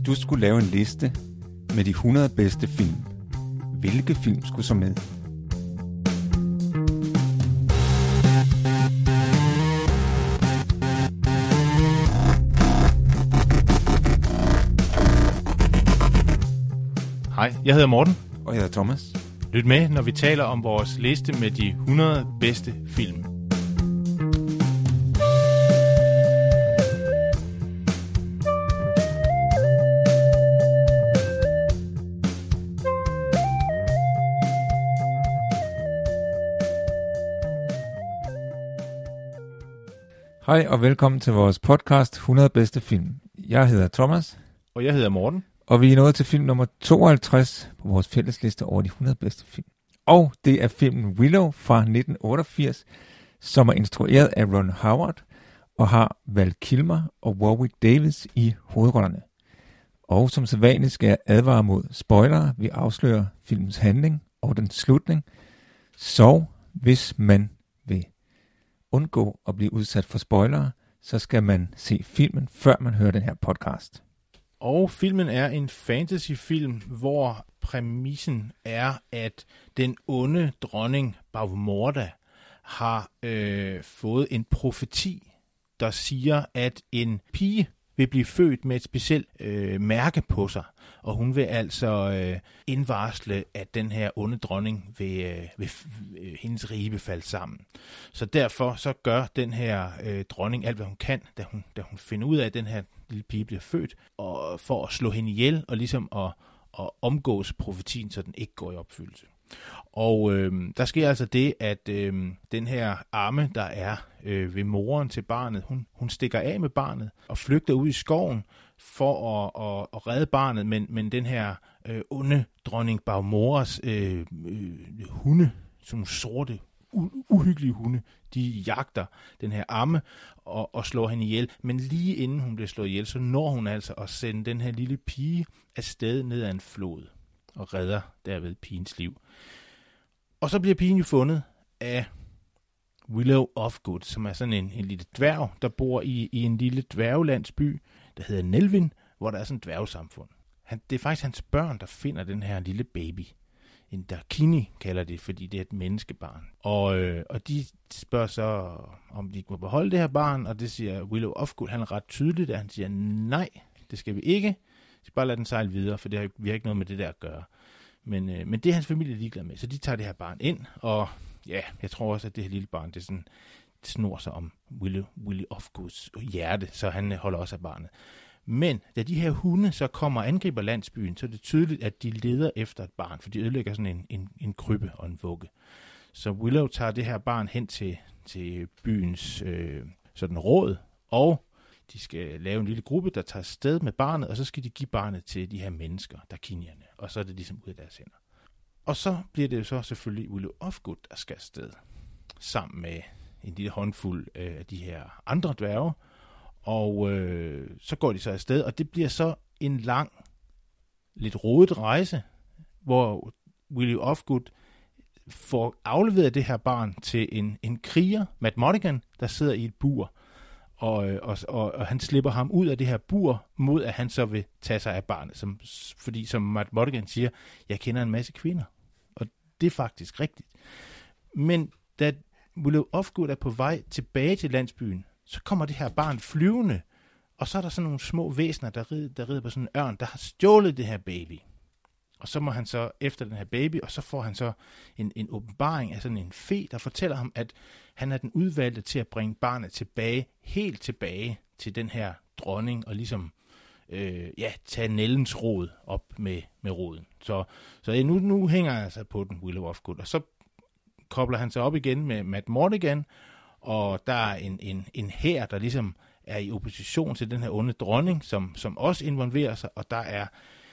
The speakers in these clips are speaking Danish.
du skulle lave en liste med de 100 bedste film, hvilke film skulle så med? Hej, jeg hedder Morten. Og jeg hedder Thomas. Lyt med, når vi taler om vores liste med de 100 bedste film. Hej og velkommen til vores podcast 100 bedste film. Jeg hedder Thomas. Og jeg hedder Morten. Og vi er nået til film nummer 52 på vores fællesliste over de 100 bedste film. Og det er filmen Willow fra 1988, som er instrueret af Ron Howard og har Val Kilmer og Warwick Davis i hovedrollerne. Og som sædvanligt skal jeg advare mod spoilere. Vi afslører filmens handling og den slutning. Så hvis man vil undgå at blive udsat for spoilere, så skal man se filmen, før man hører den her podcast. Og filmen er en fantasyfilm, hvor præmissen er, at den onde dronning Bavmorda har fået en profeti, der siger, at en pige vil blive født med et specielt mærke på sig, og hun vil altså indvarsle, at den her onde dronning vil hendes rige vil falde sammen. Så derfor så gør den her dronning alt, hvad hun kan, da hun finder ud af, at den her lille pige bliver født, og for at slå hende ihjel, og ligesom at omgås profetien, så den ikke går i opfyldelse. Og der sker altså det, at den her amme, der er ved moren til barnet, hun stikker af med barnet og flygter ud i skoven for at redde barnet, men den her onde dronning Bavmoras hunde, som sorte, uhyggelige hunde, de jagter den her amme og slår hende ihjel. Men lige inden hun bliver slået ihjel, så når hun altså at sende den her lille pige afsted ned ad en flod og redder derved pigens liv. Og så bliver pigen jo fundet af Willow Ofgood, som er sådan en lille dværg, der bor i en lille dværgelandsby, der hedder Nelvin, hvor der er sådan et dværgsamfund. Det er faktisk hans børn, der finder den her lille baby. En Dakini kalder det, fordi det er et menneskebarn. Og de spørger så, om de må beholde det her barn, og det siger Willow Ofgood. Han er ret tydeligt, at han siger, nej, det skal vi ikke. Vi skal bare lade den sejle videre, for vi har ikke noget med det der at gøre. Men det er hans familie ligeglad med, så de tager det her barn ind, og ja, jeg tror også, at det her lille barn, det snor sig om Willow Ofgoods hjerte, så han holder også af barnet. Men da de her hunde så kommer og angriber landsbyen, så er det tydeligt, at de leder efter et barn, for de ødelægger sådan en krybbe og en vugge. Så Willow tager det her barn hen til byens sådan råd, og de skal lave en lille gruppe, der tager sted med barnet, og så skal de give barnet til de her mennesker, Dakinierne, og så er det ligesom ud af deres hænder. Og så bliver det jo så selvfølgelig Willow Ofgood, der skal afsted, sammen med en lille håndfuld af de her andre dværge, og så går de så afsted, og det bliver så en lang, lidt rodet rejse, hvor Willow Ofgood får afleveret det her barn til en kriger, Matt Monaghan, der sidder i et bur, og han slipper ham ud af det her bur, mod at han så vil tage sig af barnet, fordi som Matt Monaghan siger, jeg kender en masse kvinder, og det er faktisk rigtigt. Men da Willow Ofgood er på vej tilbage til landsbyen, så kommer det her barn flyvende, og så er der sådan nogle små væsener, der rider på sådan en ørn, der har stjålet det her baby. Og så må han så efter den her baby, og så får han så en åbenbaring af sådan en fe, der fortæller ham, at han er den udvalgte til at bringe barnet helt tilbage til den her dronning, og ligesom tage Nellens rod op med roden. Så nu hænger han altså på den, Willow Ofgood, og så kobler han sig op igen med Matt Monaghan, og der er en hær, der ligesom er i opposition til den her onde dronning, som også involverer sig, og der er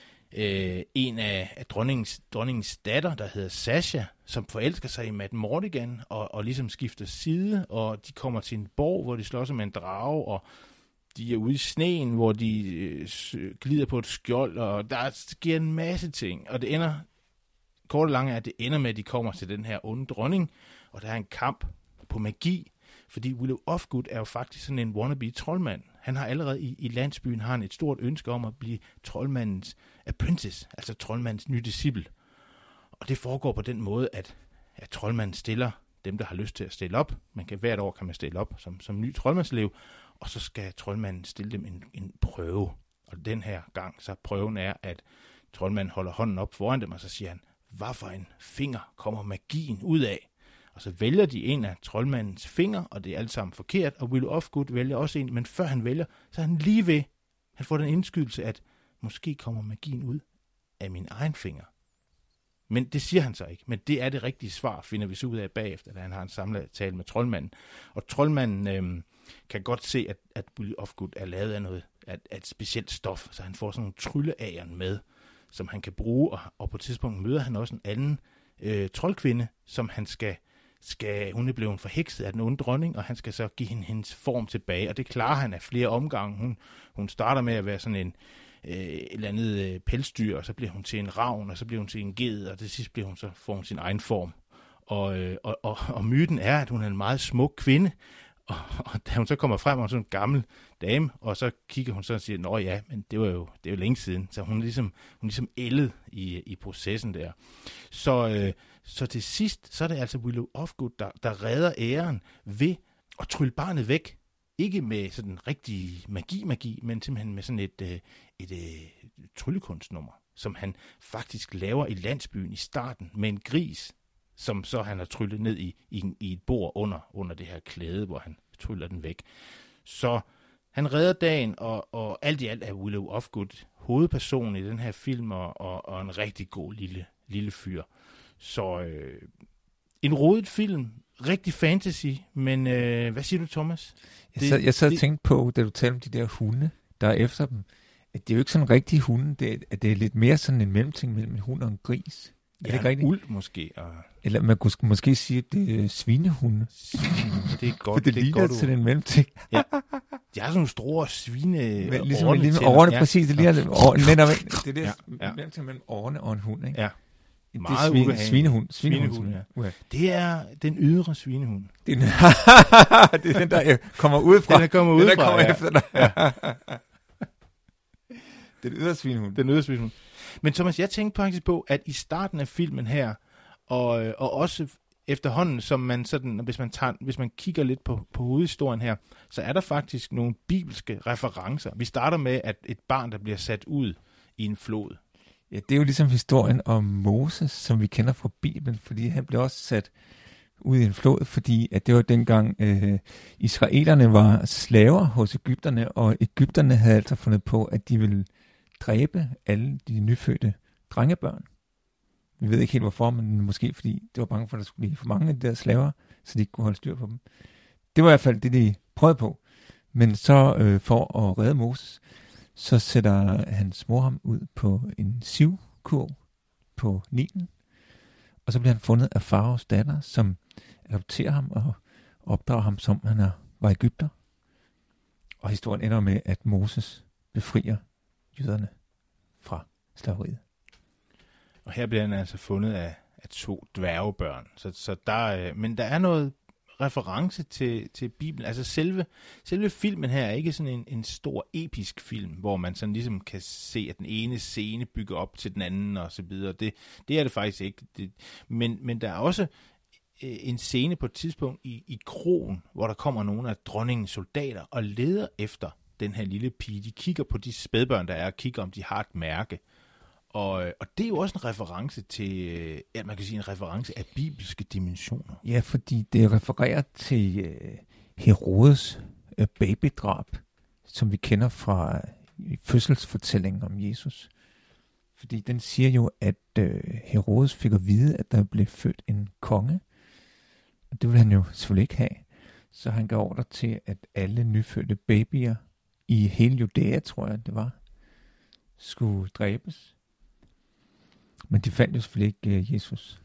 en af dronningens datter, der hedder Sasha, som forelsker sig i Matt Monaghan, og ligesom skifter side, og de kommer til en borg, hvor de slås med en drage, og de er ude i sneen, hvor de glider på et skjold, og der sker en masse ting, og det ender, kort og langt er, at det ender med, at de kommer til den her onde dronning, og der er en kamp på magi, Fordi Willow Ofgood er jo faktisk sådan en wannabe troldmand. Han har allerede i landsbyen har han et stort ønske om at blive troldmandens apprentice, altså troldmandens nye disciple. Og det foregår på den måde, at troldmanden stiller dem, der har lyst til at stille op. Hvert år kan man stille op som ny troldmandselev, og så skal troldmanden stille dem en prøve. Og den her gang, så prøven er, at troldmanden holder hånden op foran dem, og så siger han, hvad for en finger kommer magien ud af? Og så vælger de en af troldmandens fingre, og det er alt sammen forkert, og Willow Ofgood vælger også en, men før han vælger, så er han lige ved. Han får den indskydelse, at måske kommer magien ud af min egen finger. Men det siger han så ikke. Men det er det rigtige svar, finder vi så ud af bagefter, da han har en samtale med troldmanden. Og troldmanden kan godt se, at Willow Ofgood er lavet af noget af et specielt stof, så han får sådan nogle trylleagern med, som han kan bruge, og på et tidspunkt møder han også en anden troldkvinde, som han skal hun er blevet forhekset af den onde dronning, og han skal så give hende hendes form tilbage, og det klarer han af flere omgange. Hun starter med at være sådan en et eller andet pelsdyr, og så bliver hun til en ravn, og så bliver hun til en ged, og til sidst får hun sin egen form. Og myten er, at hun er en meget smuk kvinde, og da hun så kommer frem, og sådan en gammel dame, og så kigger hun så og siger, nå ja, men det er jo længe siden, så hun er ligesom ældet i processen der. Så til sidst, så er det altså Willow Ofgood, der redder æren ved at trylle barnet væk. Ikke med sådan rigtig magi, men simpelthen med sådan et tryllekunstnummer, som han faktisk laver i landsbyen i starten med en gris, som så han har tryllet ned i et bord under det her klæde, hvor han tryller den væk. Så han redder dagen, og alt i alt er Willow Ofgood hovedpersonen i den her film, og en rigtig god lille fyr. Så en rodet film, rigtig fantasy, men hvad siger du, Thomas? Jeg sad og tænkte på, da du talte om de der hunde, der er efter dem, at det er jo ikke sådan en rigtig hunde, det er lidt mere sådan en mellemting mellem en hund og en gris. Er det ikke rigtigt? Uld måske. Eller man kunne måske sige, at det er svinehunde. Det er godt. For det ligner til en mellemting. Ja. De har sådan nogle store svine. Ligesom årene, præcis. Det ligner det der mellemting mellem årene og en hund, ikke? Ja. Meget ubehageligt. Svinehund, ja. Det er den ydre svinehund. Det er den, der kommer udefra. Den kommer udefra, den, der kommer efter dig. Ja. Det er den ydre svinehund. Den ydre svinehund. Men Thomas, jeg tænkte faktisk på, at i starten af filmen her, og også efterhånden, som man sådan, hvis man kigger lidt på hovedhistorien her, så er der faktisk nogle bibelske referencer. Vi starter med, at et barn, der bliver sat ud i en flod. Ja, det er jo ligesom historien om Moses, som vi kender fra Bibelen, fordi han blev også sat ud i en flod, fordi at det var dengang israelerne var slaver hos egypterne, og egypterne havde altså fundet på, at de ville dræbe alle de nyfødte drengebørn. Vi ved ikke helt hvorfor, men måske fordi det var bange for, at der skulle blive for mange af de der slaver, så de ikke kunne holde styr på dem. Det var i hvert fald det, de prøvede på. Men så for at redde Moses, så sætter hans mor ham ud på en sivkurv på Nilen, og så bliver han fundet af faraos datter, som adopterer ham og opdrager ham, som han var egypter. Og historien ender med, at Moses befrier jøderne fra slaveriet. Og her bliver han altså fundet af 2 dværgebørn. Så der, men der er noget reference til Bibelen. Altså selve filmen her er ikke sådan en stor episk film, hvor man sådan ligesom kan se, at den ene scene bygger op til den anden og så videre. Det er det faktisk ikke. Men der er også en scene på et tidspunkt i kroen, hvor der kommer nogle af dronningens soldater og leder efter den her lille pige. De kigger på de spædbørn, der er, og kigger, om de har et mærke. Og det er jo også en reference til, man kan sige en reference af bibelske dimensioner. Ja, fordi det refererer til Herodes babydrab, som vi kender fra fødselsfortællingen om Jesus. Fordi den siger jo, at Herodes fik at vide, at der blev født en konge. Og det ville han jo selvfølgelig ikke have. Så han gav ordre til, at alle nyfødte babyer i hele Judæa, tror jeg det var, skulle dræbes. Men de fandt jo selvfølgelig ikke Jesus.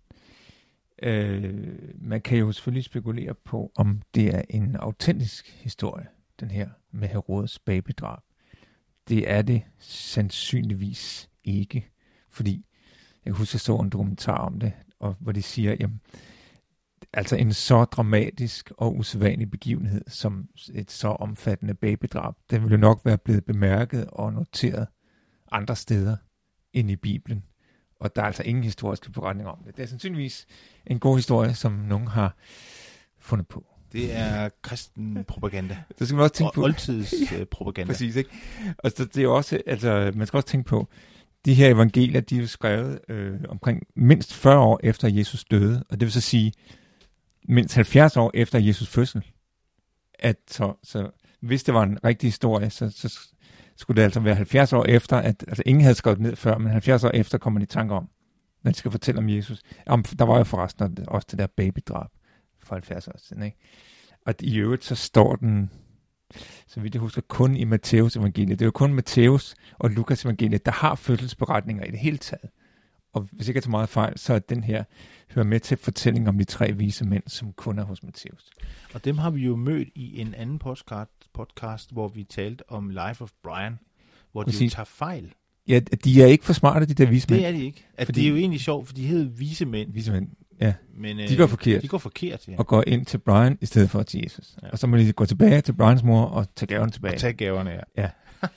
Man kan jo selvfølgelig spekulere på, om det er en autentisk historie, den her med Herodes babydrab. Det er det sandsynligvis ikke, fordi jeg kan huske, at jeg så en dokumentar om det, og hvor de siger, jamen, altså en så dramatisk og usædvanlig begivenhed, som et så omfattende babydrab, den ville nok være blevet bemærket og noteret andre steder end i Bibelen. Og der er altså ingen historiske beretninger om det. Det er sandsynligvis en god historie, som nogen har fundet på. Det er kristen propaganda. Det skal man også tænke på. Oldtids propaganda. Præcis, ikke? Og så det er jo også, altså, man skal også tænke på, de her evangelier, de er jo skrevet omkring mindst 40 år efter Jesus døde, og det vil så sige mindst 70 år efter Jesus fødsel. At så hvis det var en rigtig historie, så skulle det altså være 70 år efter, at altså ingen havde skrevet ned før, men 70 år efter kommer de i tanke om, når de skal fortælle om Jesus. Der var jo forresten også det der babydrab for 70 år siden, ikke? Og i øvrigt så står den, så vidt jeg husker, kun i Matteus evangeliet. Det er jo kun Matteus og Lukas evangeliet, der har fødselsberetninger i det hele taget. Og hvis ikke jeg tager meget fejl, så er den her hører med til fortællingen om de 3 vise mænd, som kun er hos Matteus. Og dem har vi jo mødt i en anden podcast, hvor vi talte om Life of Brian, hvor de jo tager fejl. Ja, de er ikke for smarte, de der vise mænd. Det er de ikke. Det er jo egentlig sjovt, for de hedder vise mænd. Vise mænd, ja. Men, de går forkert. De går forkert, ja. Og går ind til Brian i stedet for til Jesus. Ja. Og så må de gå tilbage til Brians mor og tage gaverne tilbage. Og tage gaverne, ja. Ja.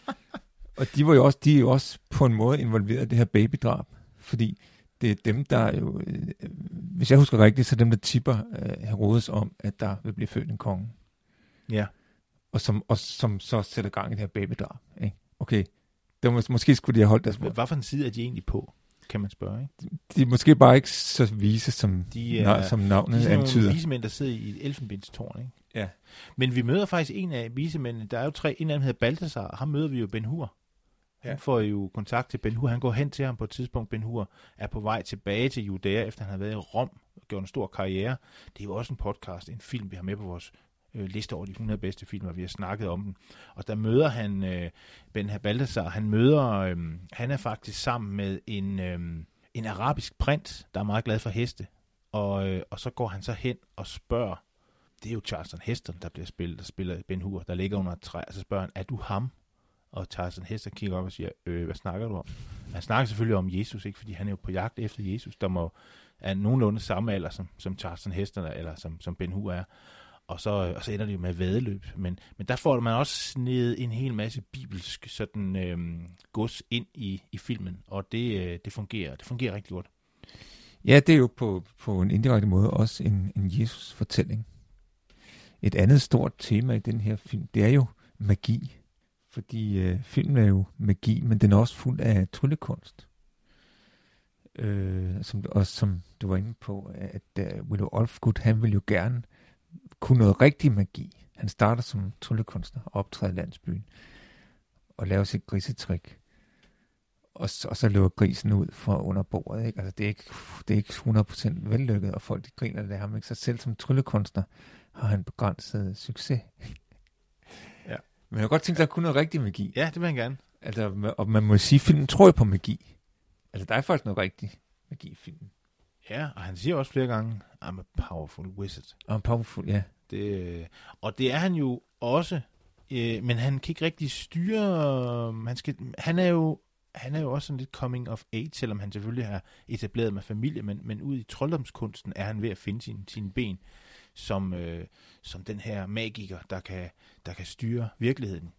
Og de er jo også på en måde involveret i det her babydrab. Fordi det er dem, der jo, hvis jeg husker rigtigt, så er dem, der tipper Herodes om, at der vil blive født en konge. Ja. Og som så sætter gang i det her babydrab. Ikke? Okay, måske skulle de have holdt deres ord. Hvad for en side er de egentlig på, kan man spørge, ikke? De er måske bare ikke så vise, som, som navnet antyder. De er vise mænd, der sidder i et elfenbenstårn, ikke? Ja. Men vi møder faktisk en af visemændene. Der er jo 3. En af dem hedder Balthasar. Ham møder vi jo Ben Hur. Han får jo kontakt til Ben Hur. Han går hen til ham på et tidspunkt. Ben Hur er på vej tilbage til Judæa, efter han har været i Rom og gjort en stor karriere. Det er jo også en podcast, en film, vi har med på vores liste over de 100 bedste film, og vi har snakket om den. Og der møder han Ben Balthasar. Han er faktisk sammen med en arabisk prins, der er meget glad for heste. Og så går han så hen og spørger, det er jo Charlton Heston, der spiller Ben Hur, der ligger under et træ, og så spørger han, er du ham? Og Charlton Heston kigger op og siger, hvad snakker du om? Han snakker selvfølgelig om Jesus, ikke, fordi han er jo på jagt efter Jesus, der er nogenlunde samme alder, som Charlton Heston eller som Ben Hur er. Og så ender det jo med væddeløb. Men der får man også snedet en hel masse bibelsk sådan gods ind i filmen, og det fungerer. Det fungerer rigtig godt. Ja, det er jo på en indirekte måde også en Jesus-fortælling. Et andet stort tema i den her film, det er jo magi. Fordi filmen er jo magi, men den er også fuld af tryllekunst. Som du var inde på, at Willow Ufgood, han vil jo gerne kunne noget rigtig magi. Han starter som tryllekunstner og optræder i landsbyen og laver sit grisetrik. Og så løber grisen ud fra under bordet. Ikke? Altså, det er ikke 100% vellykket, og folk de griner af ham. Ikke? Så selv som tryllekunstner har han begrænset succes. Ja. Men jeg kan godt tænke sig at kunne noget rigtig magi. Ja, det vil han gerne. Altså, og man må sige, at filmen tror på magi. Altså, der er faktisk noget rigtig magi i filmen. Ja, og han siger også flere gange, I'm a powerful wizard. Ja. Og det er han jo også, men han kan ikke rigtig styre. Han er jo også sådan lidt coming of age, selvom han selvfølgelig har etableret med familie, men ud i trolddomskunsten er han ved at finde sine ben som den her magiker, der kan styre virkeligheden.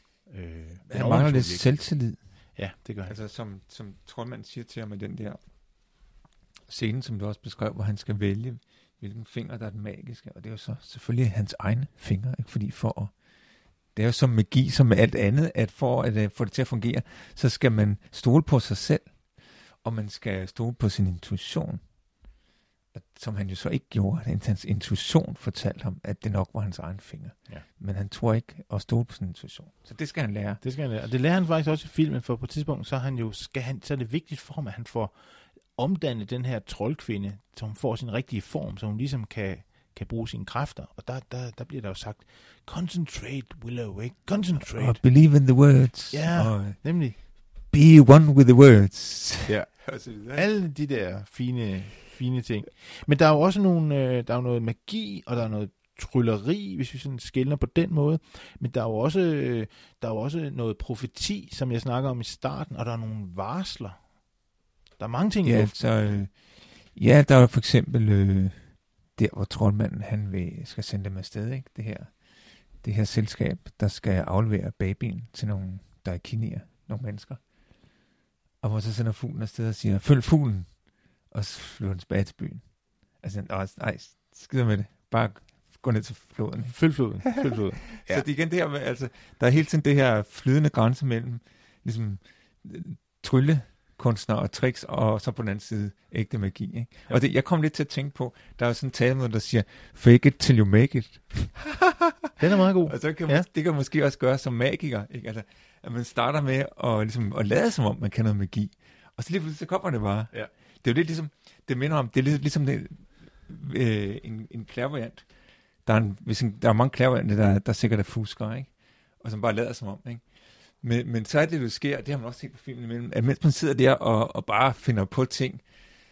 Han mangler lidt selvtillid. Ja, det gør han. Altså som troldmanden siger til ham med den der scene, som du også beskrev, hvor han skal vælge, hvilken finger der er den magiske, og det er jo så selvfølgelig hans egne fingre, ikke? Fordi det er jo som magi, som med alt andet, at for at få det til at fungere, så skal man stole på sig selv, og man skal stole på sin intuition, som han jo så ikke gjorde. Hans intuition fortalte ham, at det nok var hans egen finger. Ja. Men han tror ikke at stole på sin intuition. Så det skal han lære. Og det lærer han faktisk også i filmen, for på et tidspunkt, så er det vigtigt for ham, at han får omdannet den her troldkvinde, så hun får sin rigtige form, så hun ligesom kan bruge sine kræfter. Og der bliver der jo sagt, concentrate, Willow, ikke? Concentrate. Og believe in the words. Ja, nemlig. Be one with the words. Ja. Alle de der fine ting. Men der er jo også der er noget magi, og der er noget trylleri, hvis vi sådan skelner på den måde. Men der er jo også noget profeti, som jeg snakker om i starten, og der er nogle varsler. Der er mange ting. Ja, der er for eksempel der, hvor troldmanden skal sende dem afsted, ikke? Det her selskab, der skal aflevere babyen til nogle daikinier, nogle mennesker. Og hvor så sender fuglen afsted og siger, følg fuglen, og så flyver den tilbage til byen. Altså, nej, skider med det. Bare gå ned til floden. Følg floden. Ja. Så det igen det her med, altså, der er hele tiden det her flydende grænse mellem ligesom tryllekunstnere og tricks, og så på den anden side ægte magi. Ikke? Ja. Og jeg kom lidt til at tænke på, der er sådan en talemåde, der siger, fake it till you make it. Den er meget god. Og så kan det kan måske også gøre som magiker, ikke? Altså, at man starter med at lade som om, man kan noget magi. Og så lige pludselig så kommer det bare. Ja. Det er jo lidt ligesom, det minder om, det er ligesom en clairvoyant. Der er mange clairvoyanter, der sikkert er fuskere, ikke? Og som bare lader som om, ikke? Men så er det sker, det har man også set på filmen imellem, at mens man sidder der og bare finder på ting,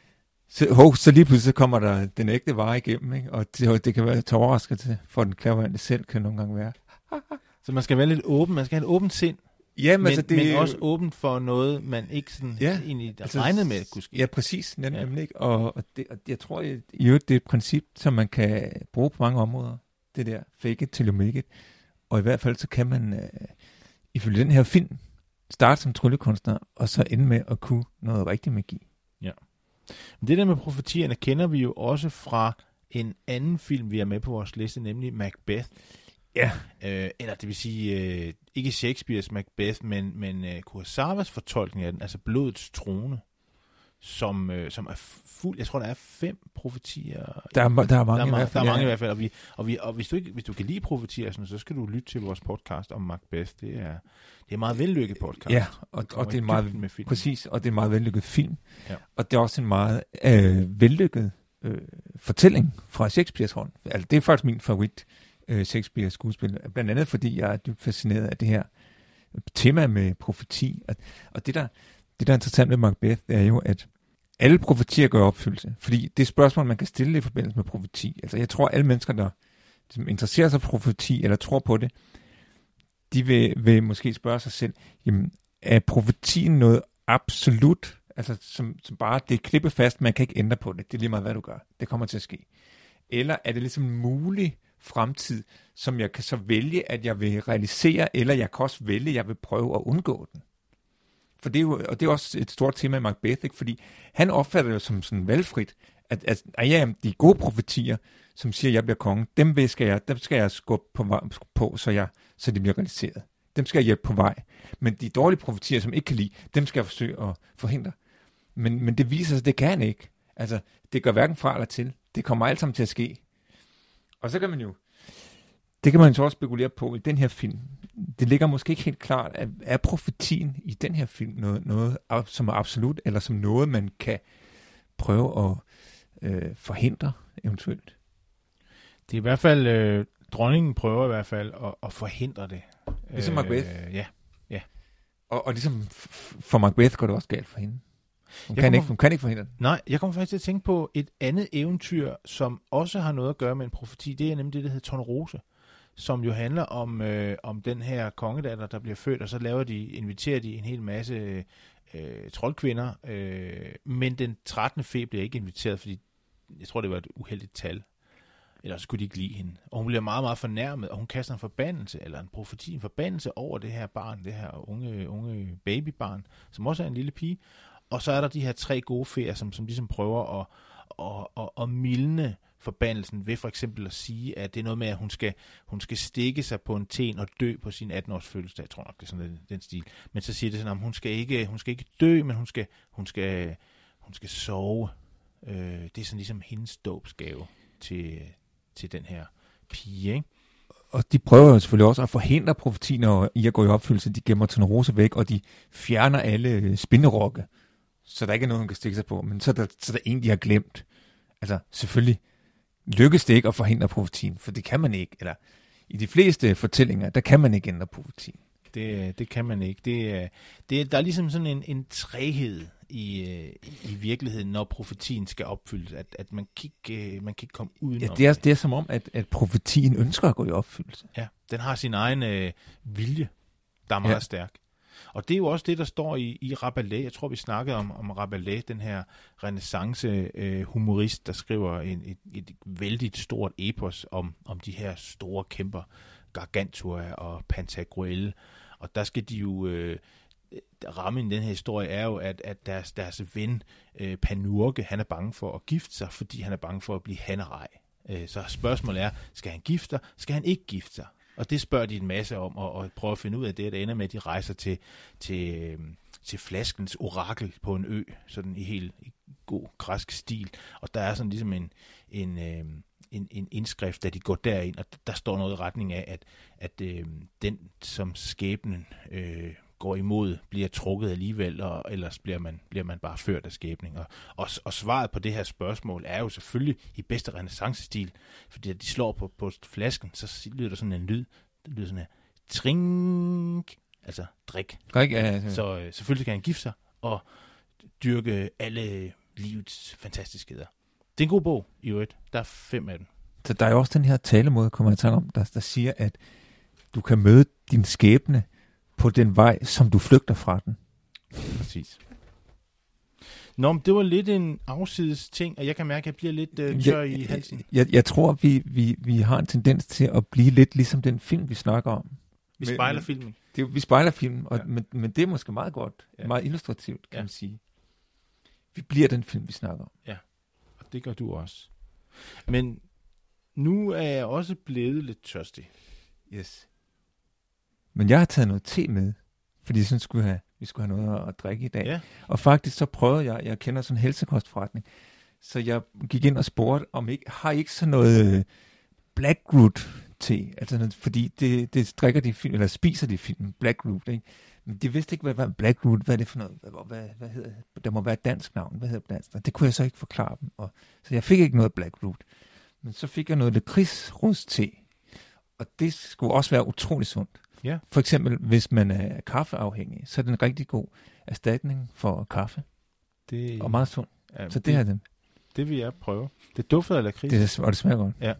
så lige pludselig kommer der den ægte vare igennem, ikke? Og det kan være til overraskelse for den clairvoyante selv, kan nogle gange være. Så man skal være lidt åben, man skal have et åbent sind. Ja, men men også åbent for noget, man ikke sådan egentlig regnet med at kunne ske. Ja, præcis. Nemlig, ikke? Og jeg tror, det er et princip, som man kan bruge på mange områder. Det der fake it till you make it. Og i hvert fald, så kan man ifølge den her film starte som tryllekunstner, og så ende med at kunne noget rigtig magi. Ja. Men det der med profetierne kender vi jo også fra en anden film, vi har med på vores liste, nemlig Macbeth. Ja. Eller det vil sige, ikke Shakespeares Macbeth, men Kurosawas fortolkning af den, altså Blodets trone, som er fuld. Jeg tror, der er 5 profetier. Der er mange i hvert fald. Der er mange i hvert fald. Og hvis du kan lide profetier, så skal du lytte til vores podcast om Macbeth. Det er en meget vellykket podcast. Ja, og det er meget præcis, og det er en meget vellykket film. Ja. Og det er også en meget vellykket fortælling fra Shakespeares hånd. Altså, det er faktisk min favorit Shakespeares skuespil, blandt andet fordi jeg er dybt fascineret af det her tema med profeti. Og det der er interessant med Macbeth, er jo, at alle profetier gør opfyldelse. Fordi det er spørgsmål, man kan stille i forbindelse med profeti. Altså jeg tror, alle mennesker, der interesserer sig for profeti, eller tror på det, de vil måske spørge sig selv, jamen, er profetien noget absolut, altså som bare, det er klippefast, man kan ikke ændre på det. Det er lige meget, hvad du gør. Det kommer til at ske. Eller er det ligesom mulig fremtid, som jeg kan så vælge, at jeg vil realisere, eller jeg kan også vælge, at jeg vil prøve at undgå den. For det er jo, og det er også et stort tema i Macbeth, ikke? Fordi han opfatter det som sådan valgfrit, at de gode profetier, som siger, at jeg bliver konge, dem skal jeg skubbe på så de bliver realiseret. Dem skal jeg hjælpe på vej. Men de dårlige profetier, som ikke kan lide, dem skal jeg forsøge at forhindre. Men det viser sig, at det kan han ikke. Altså, det gør hverken fra eller til. Det kommer alt sammen til at ske. Og så kan man jo, det kan man så også spekulere på i den her film. Det ligger måske ikke helt klart, at er profetien i den her film noget som er absolut, eller som noget, man kan prøve at forhindre eventuelt? Det er i hvert fald, dronningen prøver i hvert fald at forhindre det. Ligesom Macbeth? Ja. Og ligesom for Macbeth går det også galt for hende. Hun kan ikke forhindre det. Nej, jeg kommer faktisk til at tænke på et andet eventyr, som også har noget at gøre med en profeti. Det er nemlig det, der hedder Tornerose, som jo handler om den her kongedatter, der bliver født, og så inviterer de en hel masse troldkvinder, men den 13. fe bliver ikke inviteret, fordi jeg tror, det var et uheldigt tal. Ellers skulle de ikke lide hende. Og hun bliver meget, meget fornærmet, og hun kaster en forbandelse, eller en profeti, en forbandelse over det her barn, det her unge babybarn, som også er en lille pige. Og så er der de her 3 gode feer, som ligesom prøver at mildne forbandelsen ved for eksempel at sige, at det er noget med, at hun skal stikke sig på en ten og dø på sin 18-års fødselsdag. Jeg tror nok, det er sådan den stil. Men så siger det sådan, at hun skal ikke dø, men hun skal sove. Det er sådan ligesom hendes dåbsgave til den her pige, ikke? Og de prøver selvfølgelig også at forhindre profetien i at gå i opfyldelse. De gemmer Tornerose væk, og de fjerner alle spinderokke, så der ikke er noget, hun kan stikke sig på. Men så er der en, de har glemt. Altså, selvfølgelig lykkes det ikke at forhindre profetien, for det kan man ikke. Eller i de fleste fortællinger, der kan man ikke ændre profetien. Det kan man ikke. Der er ligesom sådan en træhed i virkeligheden, når profetien skal opfyldes, at man kan ikke komme udenom. Ja, det er som om, at profetien ønsker at gå i opfyldelse. Ja, den har sin egen vilje, der er meget stærk. Og det er jo også det, der står i Rabelais. Jeg tror, vi snakkede om Rabelais, den her renæssance-humorist, der skriver et vældig stort epos om de her store kæmper, Gargantua og Pantagruel. Og der skal de jo... rammen i den her historie er jo, at deres ven Panurge, han er bange for at gifte sig, fordi han er bange for at blive hanerej. Så spørgsmålet er, skal han gifte sig? Skal han ikke gifte sig? Og det spørger de en masse om, og prøver at finde ud af det, at det ender med, at de rejser til flaskens orakel på en ø, sådan i helt god græsk stil. Og der er sådan ligesom en indskrift, da de går derind, og der står noget i retning af, at den, som skæbnen går imod, bliver trukket alligevel, og ellers bliver man bare ført af skæbning. Og svaret på det her spørgsmål er jo selvfølgelig i bedste renæssancestil, fordi at de slår på flasken, så lyder der sådan en lyd, det lyder sådan her, trink, altså drik. Så selvfølgelig skal han gifte sig og dyrke alle livets fantastiskheder. Det er en god bog, i øvrigt. Der er 5 af dem. Så der er jo også den her talemåde, kommer jeg til om, der siger, at du kan møde din skæbne på den vej, som du flygter fra den. Præcis. Nå, men det var lidt en afsides ting, og jeg kan mærke, at jeg bliver lidt tør i halsen. Jeg tror, vi har en tendens til at blive lidt ligesom den film, vi snakker om. Vi spejler filmen. Vi spejler filmen, og, ja. men det er måske meget godt, meget illustrativt, kan man sige. Vi bliver den film, vi snakker om. Ja, og det gør du også. Men nu er jeg også blevet lidt tørstig. Yes. Men jeg har taget noget te med, fordi jeg synes, vi skulle have noget at drikke i dag. Ja. Og faktisk så prøvede jeg kender sådan en helsekostforretning, så jeg gik ind og spurgte, om har I ikke sådan noget blackroot te, altså fordi det drikker de film, eller spiser de film, blackroot, ikke? Men de vidste ikke, hvad blackroot, hvad er det for noget, hvad hedder det? Der må være et dansk navn, hvad hedder det dansk? Det kunne jeg så ikke forklare dem, så jeg fik ikke noget blackroot. Men så fik jeg noget lakridsrødste, og det skulle også være utrolig sundt. Ja. For eksempel, hvis man er kaffeafhængig, så er det en rigtig god erstatning for kaffe. Og meget sund. Ja, så det er den. Det vil jeg prøve. Det dufter af lakrids. Og det smager godt. Ja.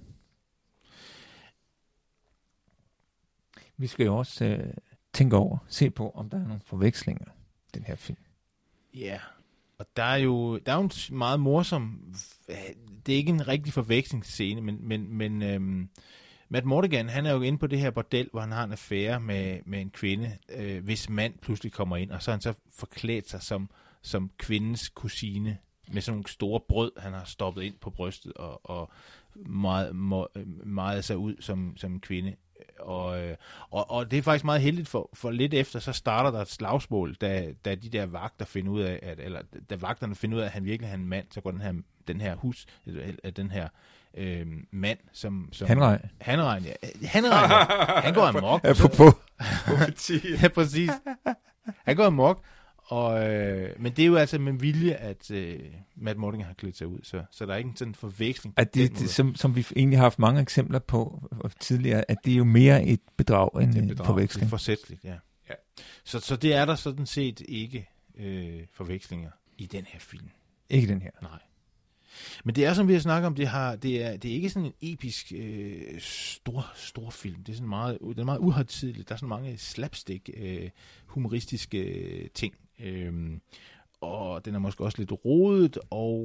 Vi skal jo også tænke over, se på, om der er nogle forvekslinger i den her film. Ja, og der er jo en meget morsom, det er ikke en rigtig forvekslingsscene, men Matt Mordigan, han er jo inde på det her bordel, hvor han har en affære med en kvinde, hvis mand pludselig kommer ind, og så har han så forklædt sig som kvindens kusine, med sådan nogle store brød, han har stoppet ind på brystet, og meget sig ud som en kvinde. Og det er faktisk meget heldigt, for lidt efter, så starter der et slagsmål, da de der vagter finder ud af, da vagterne finder ud af, at han virkelig er en mand, så går den her mand, som Hanrej. Hanrej, han går amok. Ja, præcis. Han går amok. Men det er jo altså med vilje, at Matt Mordigan har klædt sig ud, så der er ikke en sådan forveksling. At det som vi egentlig har haft mange eksempler på tidligere, at det er jo mere et bedrag end en forveksling. Det er forsætligt, ja. Så det er der sådan set ikke forvekslinger i den her film. Ikke den her. Nej. Men det er, som vi har snakket om, det er ikke sådan en episk stor film. Det er sådan den er meget uhøjtideligt. Der er sådan mange slapstick humoristiske ting. Og den er måske også lidt rodet,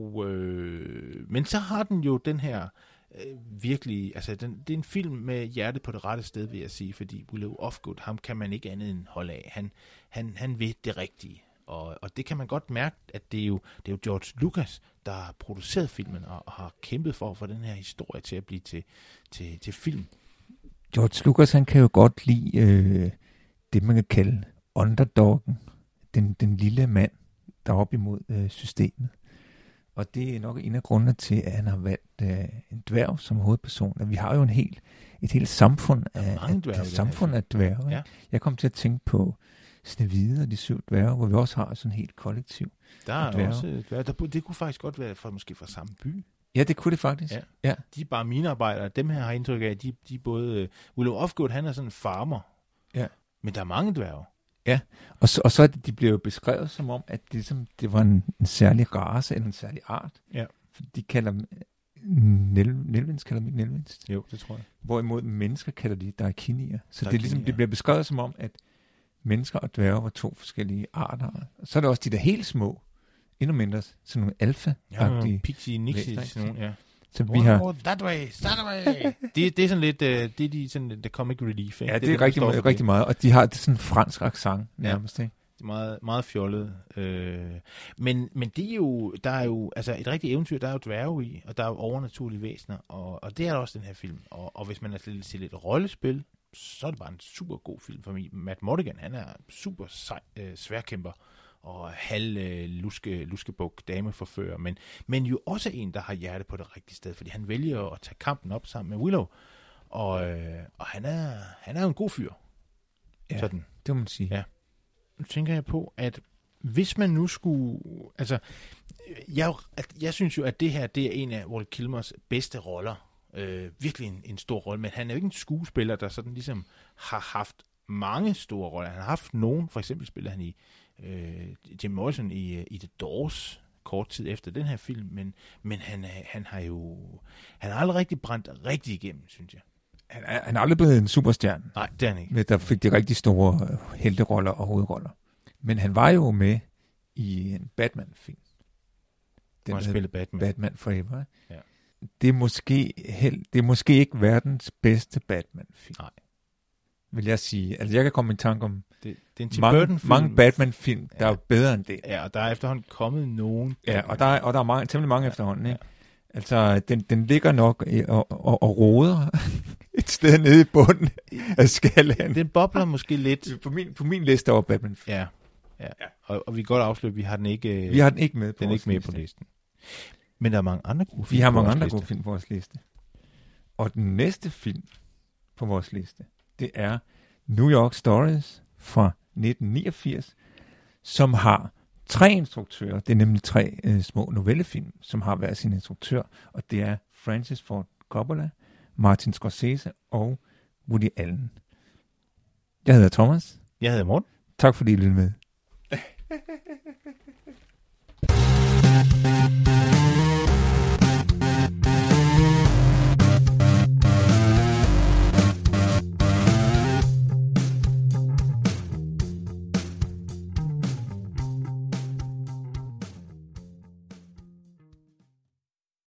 men så har den jo den her virkelig, altså det er en film med hjertet på det rette sted, vil jeg sige, fordi Willow Ufgood, ham kan man ikke andet end holde af. Han ved det rigtige. Og det kan man godt mærke, at det er jo George Lucas, der har produceret filmen og har kæmpet for at få den her historie til at blive til film. George Lucas, han kan jo godt lide det, man kan kalde underdoggen. Den lille mand, der er op imod systemet. Og det er nok en af grundene til, at han har valgt en dværg som hovedperson. Og vi har jo et helt samfund af dværge. Ja. Jeg kom til at tænke på Snehvide og de 7 dværge, hvor vi også har sådan et helt kollektiv. Der er også dværge. Det kunne faktisk godt være måske fra samme by. Ja, det kunne det faktisk. Ja. De er bare minearbejdere. Dem her har indtryk af, de er både... Willow Ufgood, han er sådan en farmer. Ja. Men der er mange dværge. Ja, og så de bliver jo beskrevet som om, at det var en særlig race eller en særlig art. Ja. De kalder dem Nelvins, kalder de ikke Nelvins? Jo, det tror jeg. Hvorimod mennesker kalder de Daikinier. Så det er ligesom, Daikinier. det bliver beskrevet som om, at mennesker og dværge var to forskellige arter. Og så er der også de der helt små, endnu mindre, sådan nogle alfa-agtige. Pixie, Nixie, sådan nogle, ja. Så vi har... That way. det er sådan lidt, det er de sådan the comic relief, ikke? Ja, det er rigtig meget, og de har det sådan en fransk accent nærmest, ikke? Det er meget, meget fjollet. Men det er jo, der er jo, altså et rigtigt eventyr, der er jo dværge i, og der er jo overnaturlige væsener, og det er der også den her film. Og hvis man er til lidt rollespil, så er det bare en super god film for mig. Matt Mordigan, han er super sej, sværkæmper, og luskebuk dameforfører, men jo også en, der har hjerte på det rigtige sted, fordi han vælger at tage kampen op sammen med Willow, og han er jo en god fyr. Ja, sådan. Det må man sige. Ja. Nu tænker jeg på, at hvis man nu skulle... Altså, jeg synes jo, at det her, det er en af Val Kilmers bedste roller. Virkelig en stor rolle, men han er jo ikke en skuespiller, der sådan ligesom har haft mange store roller. Han har haft nogen, for eksempel spiller han i Jim Morrison i The Doors, kort tid efter den her film, men han har aldrig rigtig brændt rigtig igennem, synes jeg. Han er aldrig blevet en superstjerne. Nej, det er han ikke. Der fik de rigtig store helteroller og hovedroller. Men han var jo med i en Batman-film. Den han spillede Batman. Batman Forever. Ja. Det er måske ikke verdens bedste Batman-film. Nej. Vil jeg sige. Altså, jeg kan komme i tanke om det er en Tim Burton-film. Mange Batman-film, der er bedre end det. Ja, og der er efterhånden kommet nogen. Ja, og der er temmelig mange efterhånden, ikke? Ja. Altså, den ligger nok og roder et sted nede i bunden af skalaen. Den bobler måske lidt. På min liste over Batman. Ja. Og vi kan godt afsløre, vi har den ikke med på den er ikke med på listen. Men der er mange andre gode film. Vi har mange andre gode film på vores liste. Og den næste film på vores liste, det er New York Stories fra 1989, som har 3 instruktører. Det er nemlig 3 små novellefilm, som har været sin instruktør, og det er Francis Ford Coppola, Martin Scorsese og Woody Allen. Jeg hedder Thomas. Jeg hedder Morten. Tak fordi I lyttede med.